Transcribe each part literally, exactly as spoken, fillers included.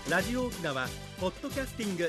ラジオ沖縄ポッドキャスティング。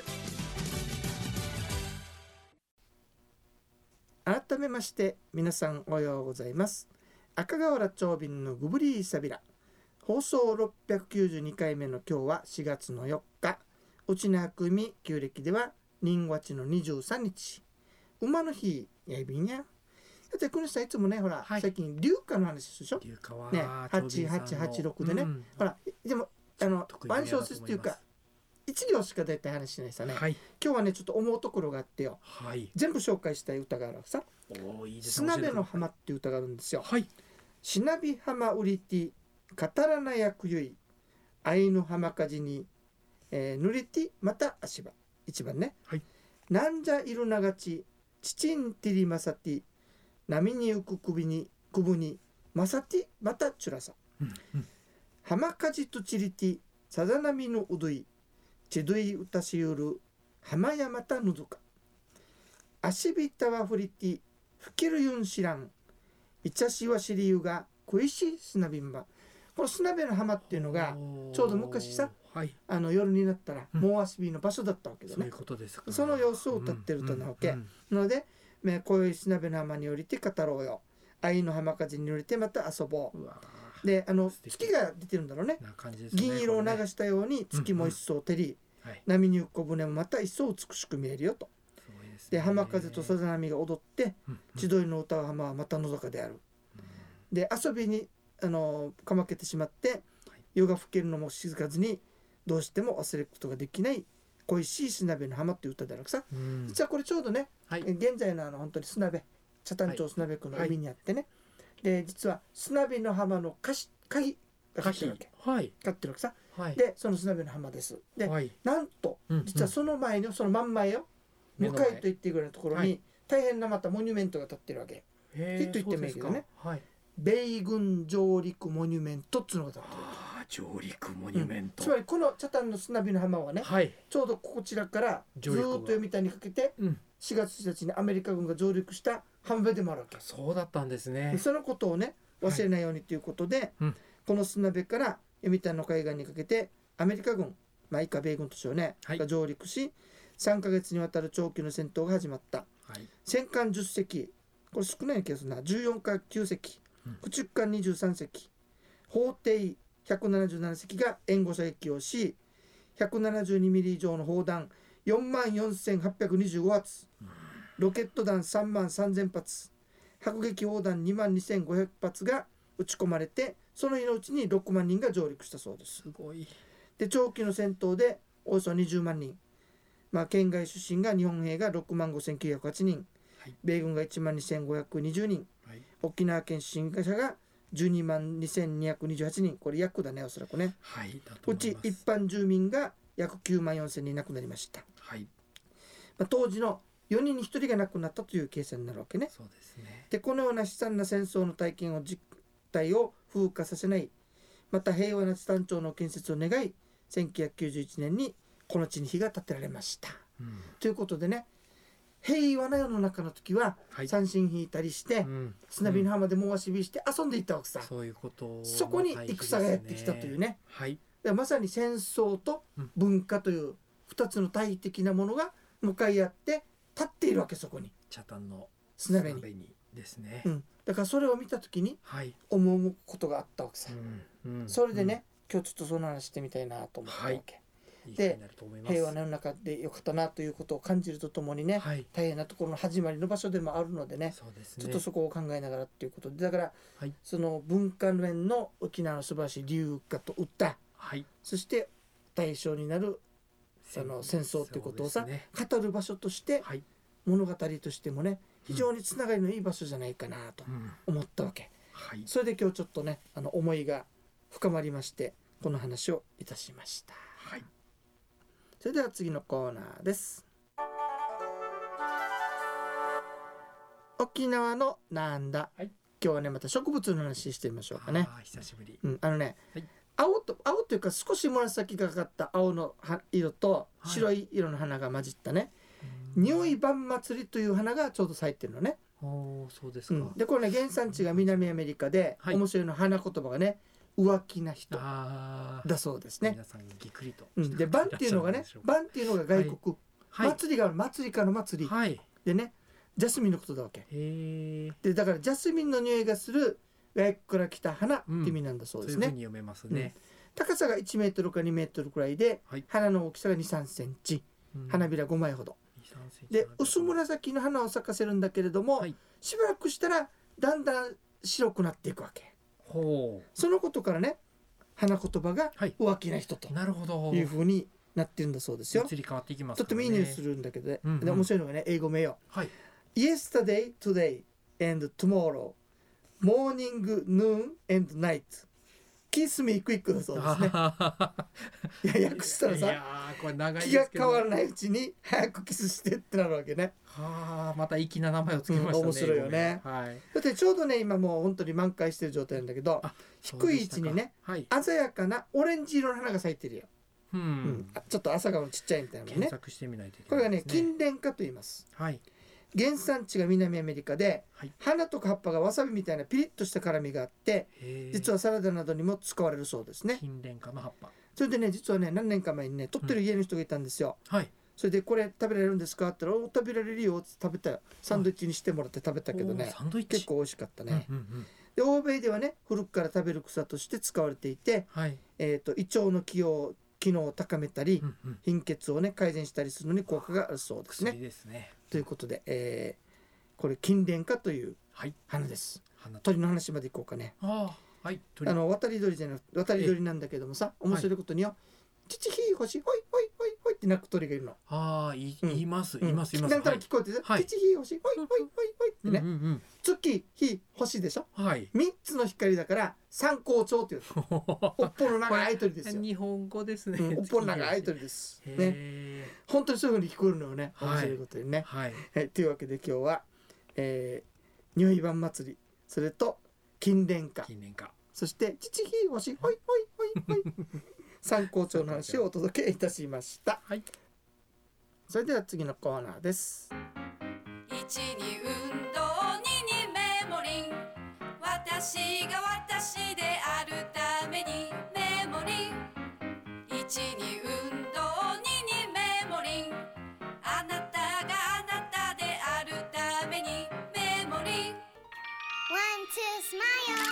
改めまして皆さんおはようございます。赤瓦長瓶のグブリーサビラ放送ろっぴゃくきゅうじゅうにかいめの今日はしがつのよっか、うちなくみ旧暦では人月のにじゅうさんにち、馬の日やいびんや。だってこの人いつもね、ほら、はい、最近龍華の話するでしょ。 龍華はね、はちはちはちろくでね、うん、ほらでもあの万象説っていうか一行しか大体話しないさね、はい、今日はねちょっと思うところがあってよ、はい、全部紹介したい歌があるさ。 おいいですね。 砂辺の浜っていう歌があるんですよ。 はい、 しなび浜うりて語らなやくゆい愛の浜風に、えー、ぬりてまた足場一番ね、はい、なんじゃいるながちちちんてりまさて波に浮く首にくぶにまさてまたちゅらさ、うんうん、浜風とちりてさざなみのうどいちどいうたしゆる浜やまたぬずか足びたわふりてふけるゆんしらんいちゃしわしりゆが恋し砂びんば。この砂辺の浜っていうのがちょうど昔さ、はい、あの夜になったらもう遊びの場所だったわけだね、うん、そういうことですか。その様子を歌ってる歌なわけ、うんうんうん、ので恋し砂辺の浜に降りて語ろうよ、愛の浜風に降りてまた遊ぼう。うであの月が出てるんだろう ね, ね銀色を流したように月も一層照り、うんうんはい、波に浮く船もまた一層美しく見えるよと。で浜風とさざ波が踊って、うんうん、千鳥の歌う浜はまたのどかである、うん、で遊びにあのかまけてしまって、はい、夜が更けるのも静かずにどうしても忘れることができない恋しい砂辺の浜っていう歌であるさ、うん、実はこれちょうどね、はい、現在のあの本当に砂辺北谷町砂辺区の海にあってね、はい、で実は砂辺の浜の鍵がかってるわけ、はい、かってるわけさ、はい、でその砂辺の浜ですで、はい、なんと実はその前にその真ん前よ向かいと言っていいぐらいのところに、はい、大変なまたモニュメントが立ってるわけ。ヒット言ってもいいけどね、はい、米軍上陸モニュメントっつうのが立ってるわけ。上陸モニュメント、 うん、つまりこの北谷の砂辺の浜はね、はい、ちょうどこちらからずっと読谷にかけてしがつついたちにアメリカ軍が上陸した浜辺でもあるわけ。 そうだったんですね。 そのことをね忘れないようにということで、はいうん、この砂辺から読谷の海岸にかけてアメリカ軍、まあ、以下米軍としようね、はい、が上陸しさんかげつにわたる長期の戦闘が始まった、はい、戦艦じゅっせき、これ少ない気がするな、じゅうよんかきゅうせき、うん、駆逐艦にじゅうさんせき、砲艇ひゃくななじゅうななせきが援護射撃をし、ひゃくななじゅうにミリ以上の砲弾よんまんよんせんはっぴゃくにじゅうごはつ、うん、ロケット弾さんまんさんぜんはつ、迫撃砲弾にまんにせんごひゃくはつが撃ち込まれて、その日のうちにろくまんにんが上陸したそうです。 すごい。 で長期の戦闘でおよそにじゅうまんにん、まあ、県外出身が日本兵がろくまんごせんきゅうひゃくはちにん、はい、米軍がいちまんにせんごひゃくにじゅうにん、はい、沖縄県出身者がじゅうにまんにせんにひゃくにじゅうはちにん、これ約だねおそらくね、はい、うち一般住民が約きゅうまんよんせんにん亡くなりました、はいまあ、当時のよにんにひとりが亡くなったという計算になるわけね。 そうですね。 でこのような悲惨な戦争の体験を実態を風化させない、また平和な津丹町の建設を願いせんきゅうひゃくきゅうじゅういちねんにこの地に火が建てられました、うん、ということでね、平和な世の中の時は三振引いたりして、はい、砂辺の浜でもわしびして遊んでいったわけさ、うん、 そういうことそこに戦がやってきたというね、はい、まさに戦争と文化というふたつの対比的なものが向かい合って立っているわけ。そこに北谷の砂辺にですね、 うん、だからそれを見た時に思うことがあったわけさ、うんうん、それでね、うん、今日ちょっとその話してみたいなと思ったわけ、はい、で平和な世の中でよかったなということを感じるとともにね、はい、大変なところの始まりの場所でもあるので ね, そうですね、ちょっとそこを考えながらっていうことで、だから、はい、その文化面の沖縄の素晴らしい流歌と歌、はい、そして対象になるその戦争ということをさ、ね、語る場所として、はい、物語としてもね非常につながりのいい場所じゃないかなと思ったわけ、うんはい、それで今日ちょっとねあの思いが深まりましてこの話をいたしました、はい、それでは次のコーナーです。沖縄のなんだ、はい、今日はねまた植物の話してみましょうかね。 あ久しぶり、 うん、あのね、はい、青と青というか少し紫がかった青の色と白い色の花が混じったね、はい、匂い晩祭りという花がちょうど咲いてるのね。 おそうですか、 うん、でこれね原産地が南アメリカで、はい、面白いの花言葉がね浮気な人あーだそうですね。 皆さんぎっくりとうん、で晩っていうのがね、晩っていうのが外国、 はい、 祭りがある、祭りかの祭り、 はい、 でね、ジャスミンのことだわけ。 へーでだからジャスミンの匂いがする外国から来た花って意味なんだそうですね。 そういうふうに読めますね、 高さがいちメートルかにメートルくらいで、 はい、 花の大きさがに、さんセンチ、 うん花びらごまいほどにさんセンチで、薄紫の花を咲かせるんだけれども、 はい、 しばらくしたらだんだん白くなっていくわけ。 ほそのことからね、花言葉がはい浮気な人とう、なるほど、 いうふうになってるんだそうですよ。 移り変わっていきますとからね。 ってもいい匂いするんだけどね、 うんうんで面白いのがね、英語名よ。 はい、 Yesterday, today and tomorrow, morning, noon and night, kiss me quick だそうですね。いや訳したらさ、 いやーこれ長い気がですけど変わらないうちに早くキスしてってなるわけね。 はあ、また粋な名前をつけましたね、 うん面白いよねごめんはい、 だってちょうどね今もう本当に満開してる状態なんだけど、 あ低い位置にね、 はい、 鮮やかなオレンジ色の花が咲いてるよ。 うん、 うんあちょっと朝顔のちっちゃいみたいなのね。 検索してみないといけこれがねないですね。 金蓮花と言います。 はい、 原産地が南アメリカで、 はい、 花とか葉っぱがわさびみたいなピリッとした辛みがあって実はサラダなどにも使われるそうですね。 金蓮花の葉っぱ、 それでね実はね何年か前にね撮ってる家の人がいたんですよ、 うん、はい、 それでこれ食べられるんですかって言ったらお食べられるよって食べたよ。サンドイッチにしてもらって食べたけどね、 サンドイッチ結構美味しかったね、 うんうんうん、 で欧米ではね古くから食べる草として使われていて、 はい、 えー、と胃腸の機能機能を高めたり、 うんうん、 貧血をね改善したりするのに効果があるそうですね。 薬ですね。 ということで、えー、これ金蓮花というはい、 花です。 花と鳥の話までいこうかね。 あー、はい、鳥あの渡り鳥じゃなくて渡り鳥なんだけどもさ、面白いことによ、チチヒーホシホイホイホイホイって鳴く鳥がいるの。 ああ、い、 うん言います、 うん言います、言います。 なんとなく聞こえてる、 はいチチヒーホシホイホイホイホイってね、 うんうん月日星でしょ。 うん、はい。 みっつの光だから三光鳥っていうの。おっぽの長い鳥ですよ。 日本語ですね。 うんおっぽの長い鳥です。ね、 へ本当にそういう風に聞こえるのよね。 はい面白いことにね。 ーはい。 はい、というわけで今日は、えー、如意盤祭り、それと金蓮花、 近年か。 そして父日星ほいほいほいほい三光鳥の話をお届けいたしました。 はい。 それでは次のコーナーです。 いちに運動ににメモリン私が私であるためにメモリンいちに運動ににメモリンあなたがあなたであるためにメモリン One, two, smile.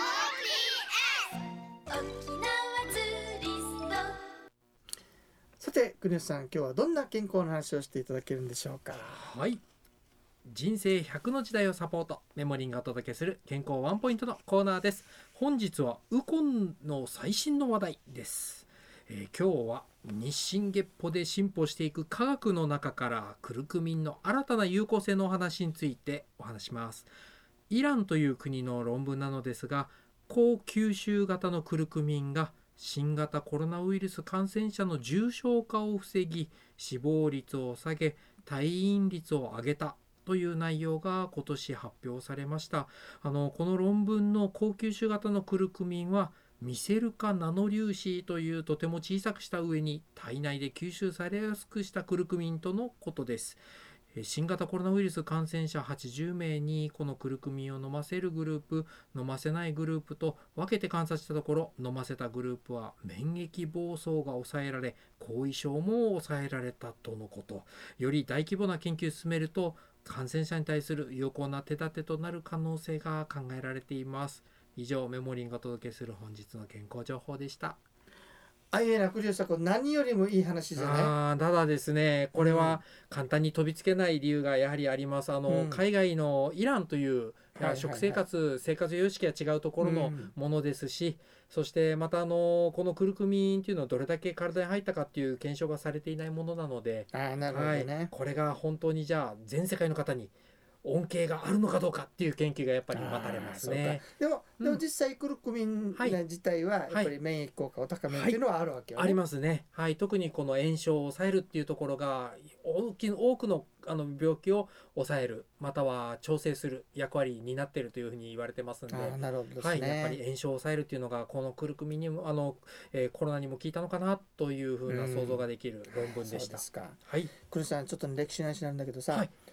沖縄ツーリストさて国吉さん、今日はどんな健康の話をしていただけるんでしょうか。 はい。人生ひゃくの時代をサポート、メモリンがお届けする健康ワンポイントのコーナーです。本日はウコンの最新の話題です。えー今日は日進月歩で進歩していく科学の中からクルクミンの新たな有効性のお話についてお話します。イランという国の論文なのですが、高吸収型のクルクミンが新型コロナウイルス感染者の重症化を防ぎ、死亡率を下げ、退院率を上げたという内容が今年発表されました。あのこの論文の高吸収型のクルクミンはミセル化ナノ粒子というとても小さくした上に体内で吸収されやすくしたクルクミンとのことです。新型コロナウイルス感染者はちじゅうめいにこのクルクミンを飲ませるグループ、飲ませないグループと分けて観察したところ、飲ませたグループは免疫暴走が抑えられ、後遺症も抑えられたとのこと。より大規模な研究を進めると感染者に対する有効な手立てとなる可能性が考えられています。以上、メモリンがお届けする本日の健康情報でした。 あいえな国吉さん、これ何よりもいい話じゃない。 あーただですね、これは簡単に飛びつけない理由がやはりあります。あの、 うん海外のイランというはいはいはい食生活、生活様式が違うところのうんものですし、そしてまたあのこのクルクミンっていうのはどれだけ体に入ったかっていう検証がされていないものなので、 ああ、なるほどはいね。 これが本当にじゃあ全世界の方に恩恵があるのかどうかっていう研究がやっぱり待たれますね。 あーそうかでも、 うんでも実際クルクミンはい自体はやっぱり免疫効果を高めるっていうのはあるわけよね。 ありますね。はい、特にこの炎症を抑えるっていうところが大き多くのあの病気を抑える、または調整する役割になっているというふうに言われてますんで、 あーなるほどですはい、 ね。 やっぱり炎症を抑えるっていうのがこのクルクミンにもあの、えーコロナにも効いたのかなというふうな想像ができる論文でした。 そうですか。 はい、 クルさん、ちょっとね歴史の話なんだけどさ、 はい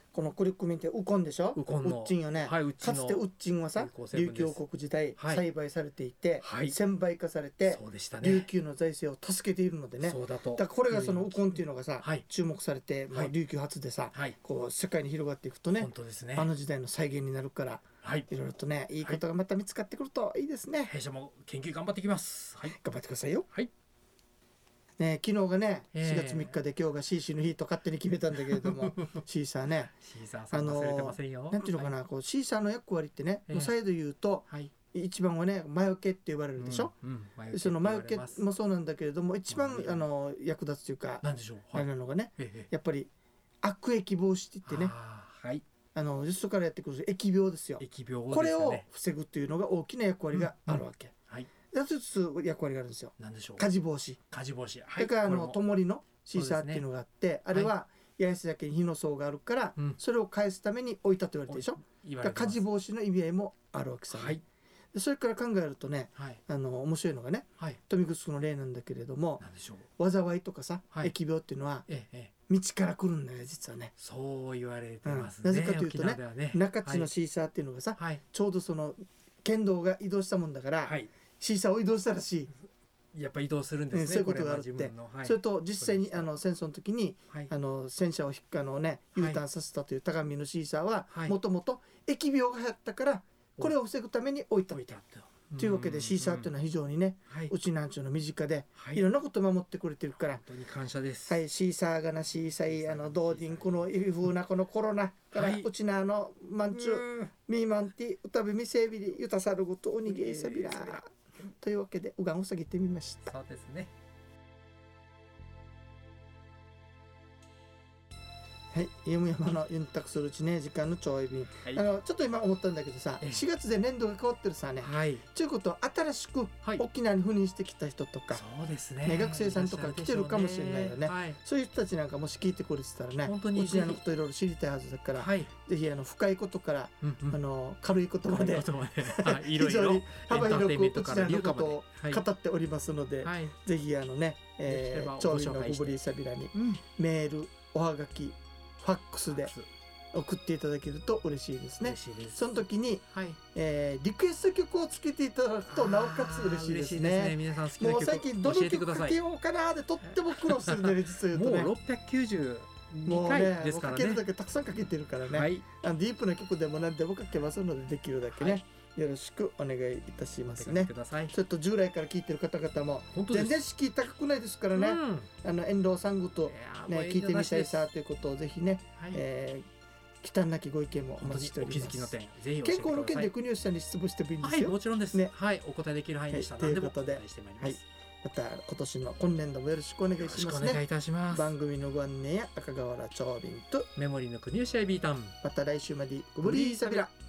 このクリックミンってウコンでしょ。 ウコンのウッチンよね、 はい、うちのかつてウッチンはさ有効成分琉です球王国時代はい栽培されていて、 はい専売化されてそうでした琉ね。 球の財政を助けているのでね。 そうだと。 だからこれがそのウコンっていうのがさ、 はい注目されて、まあ、 はい琉球初でさ、 はい。 こう世界に広がっていくとね本当ですね。 あの時代の再現になるからはい。 いろいろとねいいことがまた見つかってくるといいですね、 弊社も研究頑張ってきます。はい。 頑張ってくださいよ。 はい。 ね、昨日がね、 ええしがつみっかで今日がシーシーの日と勝手に決めたんだけれどもシーサーね、 シーザーさん忘れてませんよ。 なんていうのかな、こうシーサーの役割ってね、 ええもう再度言うとはい。 一番はね魔除けって言われるでしょ、 うん。うんでその魔除けって言われますもそうなんだけれども一番うんあの役立つというか、 なんでしょう。 あれなのがねええやっぱり悪疫防止って言ってね、 あーはい。 あのよそからやってくる疫病ですよ。 疫病ですこれをよね。 防ぐっていうのが大きな役割があるわけ。 はい。 ふたつ役割があるんですよ。 なんでしょう。 火事防止。 火事防止。はい。 だからあのこれも灯りのシーサーっていうのがあって、あれは八重洲だけに火の層があるから、 うんそれを返すために置いたと言われてるでしょ。 言わだから火事れてます。 防止の意味合いもあるわけさ、ねはい。 でそれから考えるとね、 はい。 あの面白いのがね、 はい。 富城の例なんだけれども、 なんでしょう。 災いとかさ、 はい疫病っていうのはええええ。 道から来るんだよ実はね。 そう言われてますね。 うんなぜかというとね沖縄ではね中地のシーサーっていうのがさ、 はい。 ちょうどその県道が移動したもんだから、 はい。 シーサーを移動したらしい、 やっぱ移動するんですね。 うんそういうことがあるってこれは自分のはい。 それと実際にそうですあの戦争の時にはい。 あの戦車を引っあのね U ターンさせたという高見のシーサーははいもともと疫病が流行ったからこれを防ぐために置いた置いてあったというわけでシーサーっていうのは非常にねはいうちなんちゅうの身近ではいいろんなことを守ってくれてるから、 本当に感謝です。 はい、シーサーがなシーサイあの同人このいうふうなこのコロナからはいうちなのまんちゅううんミーマンティ歌べみせびりゆたさるごとおにげいさびらおにげいさびらというわけでうがんを下げてみました。 そうですね。 はい、ゆむやまのユンタクするうちね時間のちょい便、 はいあのちょっと今思ったんだけどさええしがつで年度が変わってるさね、 はい。 ということは新しくはい。 沖縄に赴任してきた人とか、 そうですね。 ね学生さんとか来てるかもしれないよねはい。 そういう人たちなんかもし聞いてくれてたらね本当に沖縄のこといろいろ知りたいはずだから、 はい。 ぜひあの深いことから、 うんうんあの軽いことまでこういうことまではいいろいろ非常に幅エンターテインメン広くうちトかららのことをはい語っておりますので、 はい。 ぜひあのね、えー、 できれば長瓶ご紹介してのゴブリーサビラにうん。 メールおはがきファックスで送っていただけると嬉しいですね嬉。しいです。 その時に、 はい。 えーリクエスト曲をつけていただくとなおかつ嬉しいですね。 皆さん好きなもう曲最近ど教の曲かえてください。 けようかなでとっても苦労するんでね実を言うとね。 もうろっぴゃくきゅうじゅうにかいもうね、 ですからねもうかけるだ。けたくさんかけてるからね、 はい。 あのディープな曲でも何でもかけますのでできるだけね、 はいよろしくお願いいたしまおすね願いく。ださい。 ちょっと従来から聞いてる方々も本当です。 全然敷居高くないですからね、 うんあの遠藤さんごと、ね、 やーもう聞いてみたい遠慮なしですさということをぜひね、 はい。 えー、忌憚なきご意見もお本当待ちしておにお気ります。 づきの点、ぜひ教えてください。 健康の件で国吉さんに質問してもいいんではい、 すよ。 もちろんです。 ねはい、お答えできる範囲でした。 はい何でもおということで答えしてまいります。 また今年の今年度もよろしくお願いよろしますね。 しくお願いいたします。 番組のご案内や赤瓦長瓶とメモリーの国吉アイビータン。 また来週までごぶりーさびら。